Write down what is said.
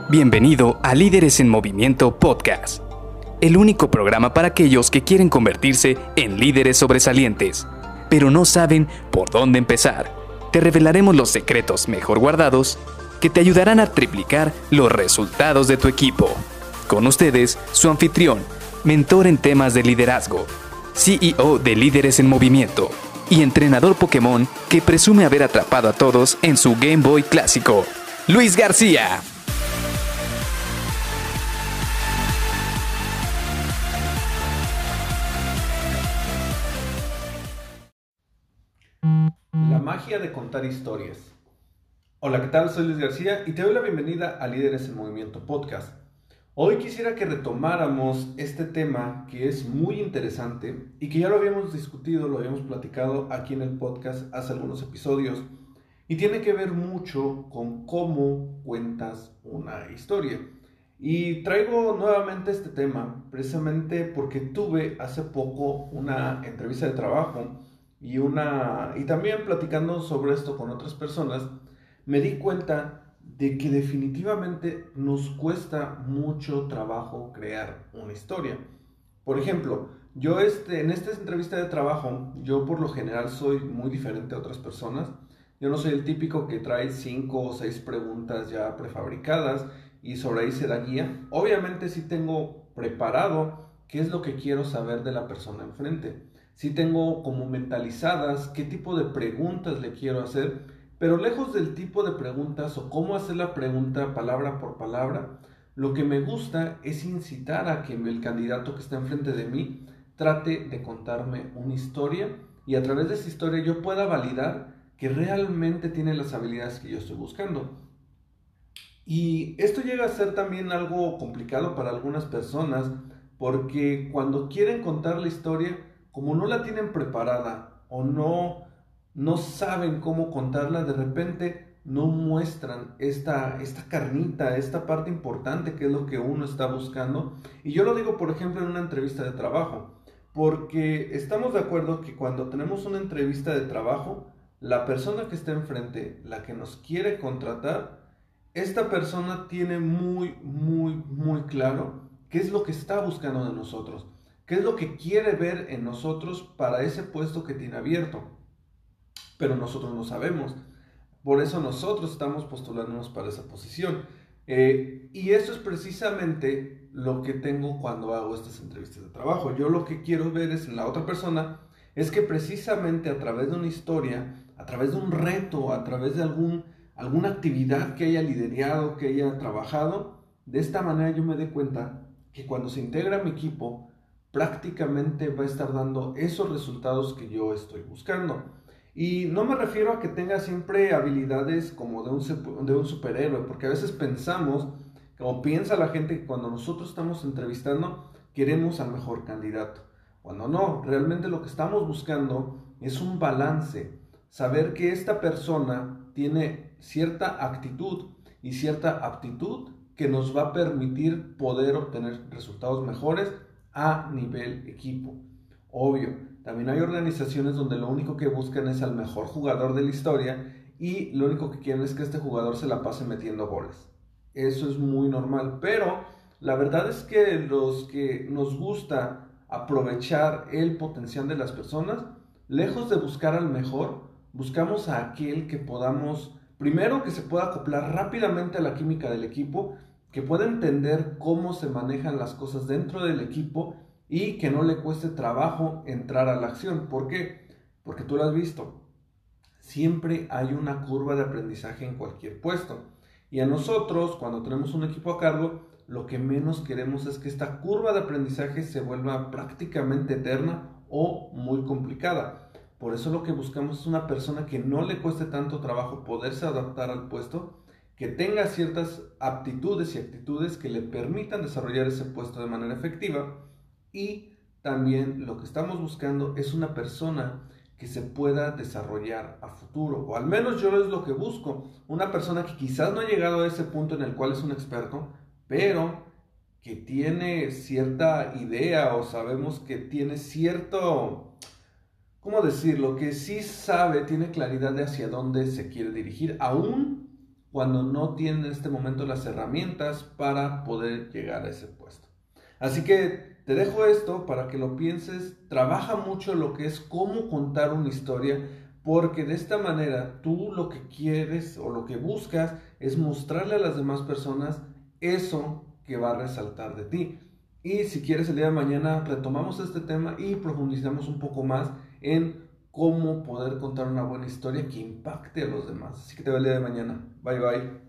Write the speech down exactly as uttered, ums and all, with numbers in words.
Bienvenido a Líderes en Movimiento Podcast, el único programa para aquellos que quieren convertirse en líderes sobresalientes, pero no saben por dónde empezar. Te revelaremos los secretos mejor guardados que te ayudarán a triplicar los resultados de tu equipo. Con ustedes, su anfitrión, mentor en temas de liderazgo, C E O de Líderes en Movimiento y entrenador Pokémon que presume haber atrapado a todos en su Game Boy clásico, Luis García. La magia de contar historias. Hola, ¿qué tal? Soy Luis García y te doy la bienvenida a Líderes en Movimiento Podcast. Hoy quisiera que retomáramos este tema que es muy interesante y que ya lo habíamos discutido, lo habíamos platicado aquí en el podcast hace algunos episodios y tiene que ver mucho con cómo cuentas una historia. Y traigo nuevamente este tema precisamente porque tuve hace poco una entrevista de trabajo y, una, y también platicando sobre esto con otras personas, me di cuenta de que definitivamente nos cuesta mucho trabajo crear una historia. Por ejemplo, yo este, en esta entrevista de trabajo, yo por lo general soy muy diferente a otras personas. Yo no soy el típico que trae cinco o seis preguntas ya prefabricadas y sobre ahí se da guía. Obviamente sí tengo preparado qué es lo que quiero saber de la persona enfrente. Sí tengo como mentalizadas qué tipo de preguntas le quiero hacer, pero lejos del tipo de preguntas o cómo hacer la pregunta palabra por palabra, lo que me gusta es incitar a que el candidato que está enfrente de mí trate de contarme una historia y a través de esa historia yo pueda validar que realmente tiene las habilidades que yo estoy buscando. Y esto llega a ser también algo complicado para algunas personas porque cuando quieren contar la historia, como no la tienen preparada o no, no saben cómo contarla, de repente no muestran esta, esta carnita, esta parte importante que es lo que uno está buscando. Y yo lo digo, por ejemplo, en una entrevista de trabajo, porque estamos de acuerdo que cuando tenemos una entrevista de trabajo, la persona que está enfrente, la que nos quiere contratar, esta persona tiene muy, muy, muy claro qué es lo que está buscando de nosotros. ¿Qué es lo que quiere ver en nosotros para ese puesto que tiene abierto? Pero nosotros no sabemos. Por eso nosotros estamos postulándonos para esa posición. Eh, y eso es precisamente lo que tengo cuando hago estas entrevistas de trabajo. Yo lo que quiero ver es en la otra persona, es que precisamente a través de una historia, a través de un reto, a través de algún, alguna actividad que haya liderado, que haya trabajado, de esta manera yo me dé cuenta que cuando se integra mi equipo, prácticamente va a estar dando esos resultados que yo estoy buscando. Y no me refiero a que tenga siempre habilidades como de un, de un superhéroe, porque a veces pensamos, como piensa la gente, que cuando nosotros estamos entrevistando queremos al mejor candidato. Cuando no, realmente lo que estamos buscando es un balance, saber que esta persona tiene cierta actitud y cierta aptitud que nos va a permitir poder obtener resultados mejores a nivel equipo. Obvio, también hay organizaciones donde lo único que buscan es al mejor jugador de la historia y lo único que quieren es que este jugador se la pase metiendo goles. Eso es muy normal, pero la verdad es que los que nos gusta aprovechar el potencial de las personas, lejos de buscar al mejor, buscamos a aquel que podamos, primero que se pueda acoplar rápidamente a la química del equipo, que pueda entender cómo se manejan las cosas dentro del equipo y que no le cueste trabajo entrar a la acción. ¿Por qué? Porque tú lo has visto. Siempre hay una curva de aprendizaje en cualquier puesto. Y a nosotros, cuando tenemos un equipo a cargo, lo que menos queremos es que esta curva de aprendizaje se vuelva prácticamente eterna o muy complicada. Por eso lo que buscamos es una persona que no le cueste tanto trabajo poderse adaptar al puesto, que tenga ciertas aptitudes y actitudes que le permitan desarrollar ese puesto de manera efectiva. Y también lo que estamos buscando es una persona que se pueda desarrollar a futuro, o al menos yo es lo que busco, una persona que quizás no ha llegado a ese punto en el cual es un experto, pero que tiene cierta idea o sabemos que tiene cierto, ¿cómo decirlo? Que sí sabe, tiene claridad de hacia dónde se quiere dirigir, aún cuando no tiene en este momento las herramientas para poder llegar a ese puesto. Así que te dejo esto para que lo pienses, trabaja mucho lo que es cómo contar una historia, porque de esta manera tú lo que quieres o lo que buscas es mostrarle a las demás personas eso que va a resaltar de ti. Y si quieres el día de mañana retomamos este tema y profundizamos un poco más en cómo poder contar una buena historia que impacte a los demás. Así que te veo el día de mañana. Bye bye.